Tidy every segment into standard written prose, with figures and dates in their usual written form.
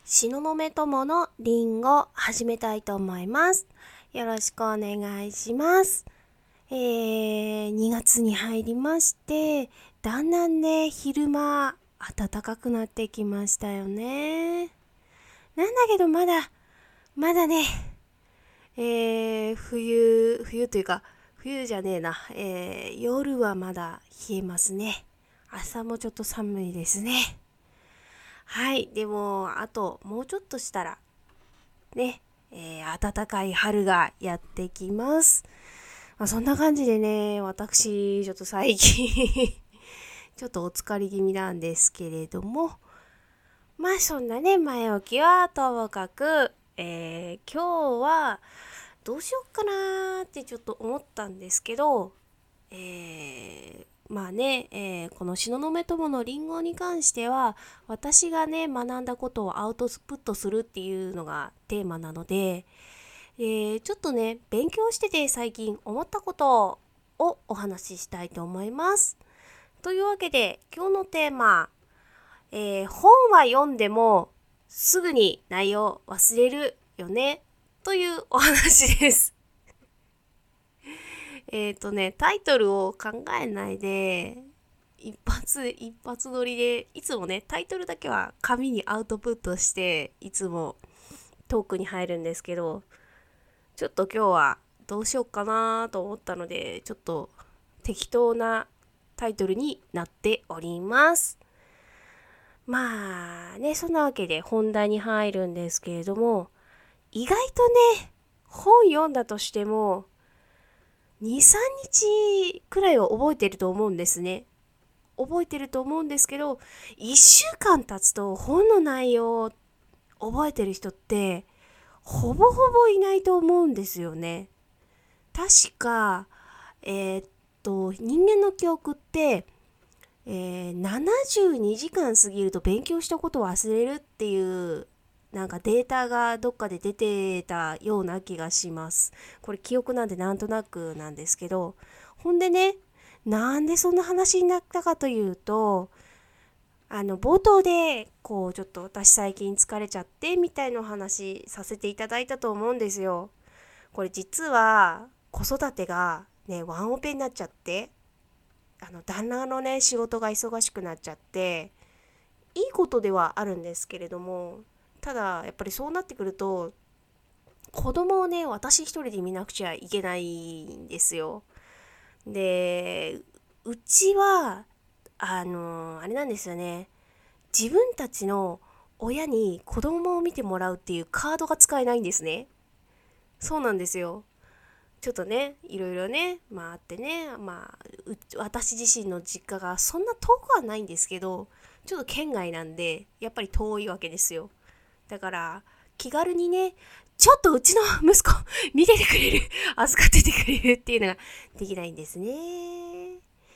東雲友のリンゴ始めたいと思います。よろしくお願いします。2月に入りまして、だんだんね、昼間暖かくなってきましたよね。なんだけどまだね、冬というか、冬じゃねえな、夜はまだ冷えますね。朝もちょっと寒いですね。はい、でももうちょっとしたらね、暖かい春がやってきます。そんな感じでね、私ちょっと最近ちょっとお疲れ気味なんですけれども、そんなね前置きはともかく、今日はどうしよっかなーってちょっと思ったんですけど、この東雲友のリンゴに関しては私がね学んだことをアウトプットするっていうのがテーマなので、ちょっとね勉強してて最近思ったことをお話ししたいと思います。というわけで今日のテーマ、本は読んでもすぐに内容忘れるよねというお話です。タイトルを考えないで、一発撮りで、いつもね、タイトルだけは紙にアウトプットして、いつもトークに入るんですけど、ちょっと今日はどうしようかなと思ったので、ちょっと適当なタイトルになっております。そんなわけで本題に入るんですけれども、意外とね、本読んだとしても、2、3日くらいは覚えてると思うんですね。覚えてると思うんですけど、1週間経つと本の内容を覚えてる人ってほぼほぼいないと思うんですよね。確か、人間の記憶って、72時間過ぎると勉強したことを忘れるっていうなんかデータがどっかで出てたような気がします。これ記憶なんでなんとなくなんですけど、ほんでね、なんでそんな話になったかというと、冒頭でちょっと私最近疲れちゃってみたいなお話させていただいたと思うんですよ。これ実は子育てがねワンオペになっちゃって、旦那のね仕事が忙しくなっちゃって、いいことではあるんですけれども、ただやっぱりそうなってくると子供をね私一人で見なくちゃいけないんですよ。でうちはあれなんですよね、自分たちの親に子供を見てもらうっていうカードが使えないんですね。そうなんですよ。ちょっとねいろいろねあってね、私自身の実家がそんな遠くはないんですけど、ちょっと県外なんでやっぱり遠いわけですよ。だから気軽にね、ちょっとうちの息子見ててくれる預かっててくれるっていうのができないんですね。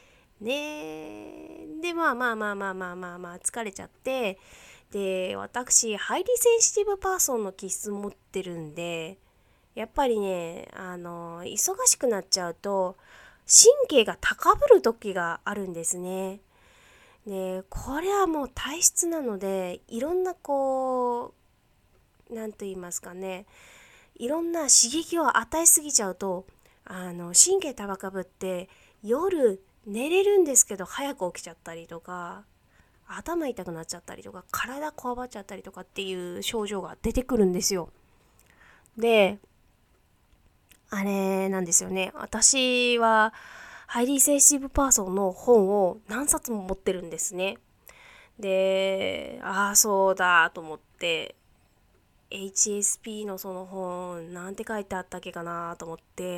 で疲れちゃって、で私ハイリーセンシティブパーソンの気質持ってるんで、やっぱりね忙しくなっちゃうと神経が高ぶる時があるんですね。でこれはもう体質なので、いろんななんと言いますかね、いろんな刺激を与えすぎちゃうと神経高ぶって夜寝れるんですけど早く起きちゃったりとか、頭痛くなっちゃったりとか、体こわばっちゃったりとかっていう症状が出てくるんですよ。であれなんですよね、私はハイリーセンシティブパーソンの本を何冊も持ってるんですね。でそうだと思って、HSP のその本なんて書いてあったっけかなと思って、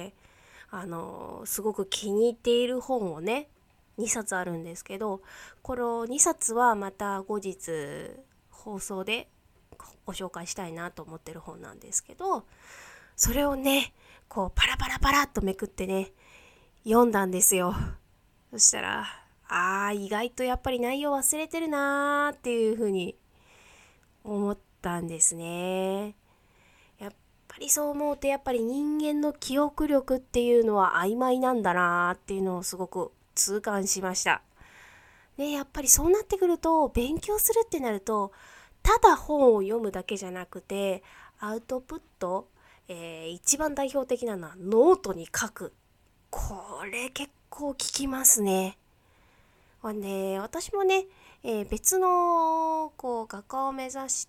すごく気に入っている本をね2冊あるんですけど、この2冊はまた後日放送でご紹介したいなと思ってる本なんですけど、それをねパラパラパラっとめくってね読んだんですよ。そしたら意外とやっぱり内容忘れてるなーっていう風に思ったんですね。やっぱりそう思うと、やっぱり人間の記憶力っていうのは曖昧なんだなーっていうのをすごく痛感しました。でやっぱりそうなってくると、勉強するってなるとただ本を読むだけじゃなくてアウトプット、一番代表的なのはノートに書く。これ結構効きますね。私もね、別の学科を目指して、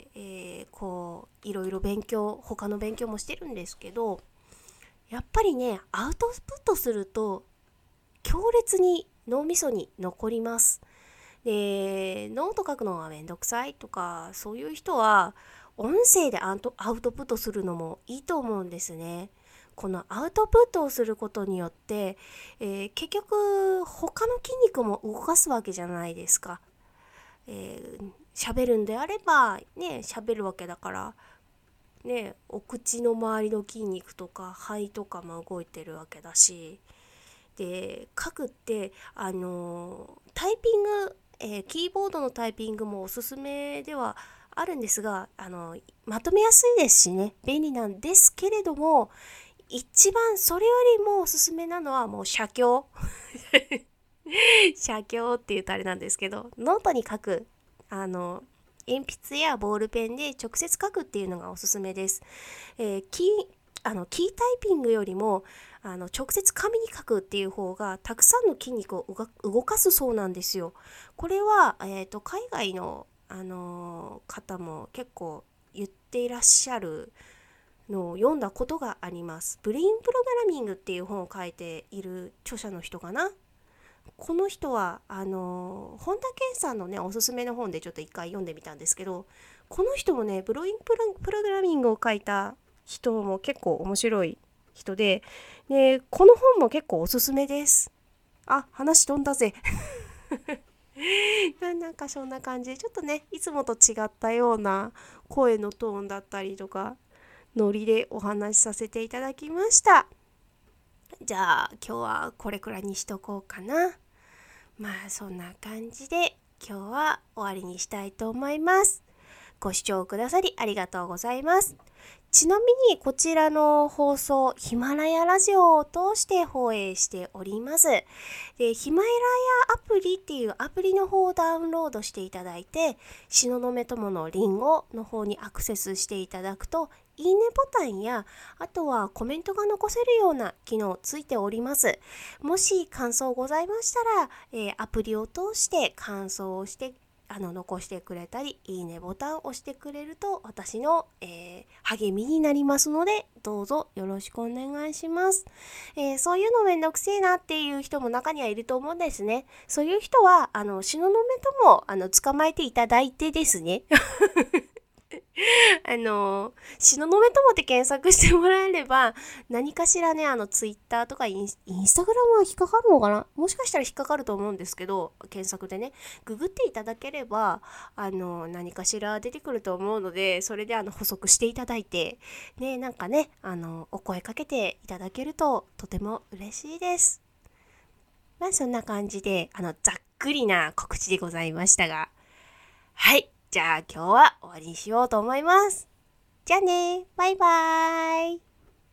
いろいろ他の勉強もしてるんですけど、やっぱりね、アウトプットすると強烈に脳みそに残ります。で、ノート書くのはめんどくさいとか、そういう人は音声でアウトプットするのもいいと思うんですね。このアウトプットをすることによって、結局他の筋肉も動かすわけじゃないですか。喋るんであればね、喋るわけだからね、お口の周りの筋肉とか肺とかも動いてるわけだし、で書くってタイピング、キーボードのタイピングもおすすめではあるんですが、まとめやすいですしね、便利なんですけれども、一番それよりもおすすめなのはもう写経写経って言うとあれなんですけど、ノートに書く、鉛筆やボールペンで直接書くっていうのがおすすめです。キータイピングよりも直接紙に書くっていう方がたくさんの筋肉を動かすそうなんですよ。これは、海外の、方も結構言っていらっしゃるのを読んだことがあります。ブレインプログラミングっていう本を書いている著者の人かな。この人は本田健さんのねおすすめの本でちょっと一回読んでみたんですけど、この人もねブレインプログラミングを書いた人も結構面白い人で、この本も結構おすすめです。話飛んだぜなんかそんな感じでちょっとねいつもと違ったような声のトーンだったりとかノリでお話しさせていただきました。じゃあ今日はこれくらいにしとこうかな。そんな感じで今日は終わりにしたいと思います。ご視聴くださりありがとうございます。ちなみにこちらの放送、ヒマラヤラジオを通して放映しております。で、ヒマラヤアプリっていうアプリの方をダウンロードしていただいて、東雲友のリンゴの方にアクセスしていただくと、いいねボタンや、あとはコメントが残せるような機能ついております。もし感想ございましたら、アプリを通して感想をして残してくれたり、いいねボタンを押してくれると私の、励みになりますので、どうぞよろしくお願いします。そういうのめんどくせえなっていう人も中にはいると思うんですね。そういう人は東雲とも捕まえていただいてですね東雲友って検索してもらえれば、何かしらね、ツイッターとかインスタグラムは引っかかるのかな、もしかしたら引っかかると思うんですけど、検索でね、ググっていただければ、何かしら出てくると思うので、それで補足していただいて、ね、なんかね、お声かけていただけるととても嬉しいです。そんな感じで、ざっくりな告知でございましたが、はい。じゃあ今日は終わりにしようと思います。じゃあね、バイバーイ。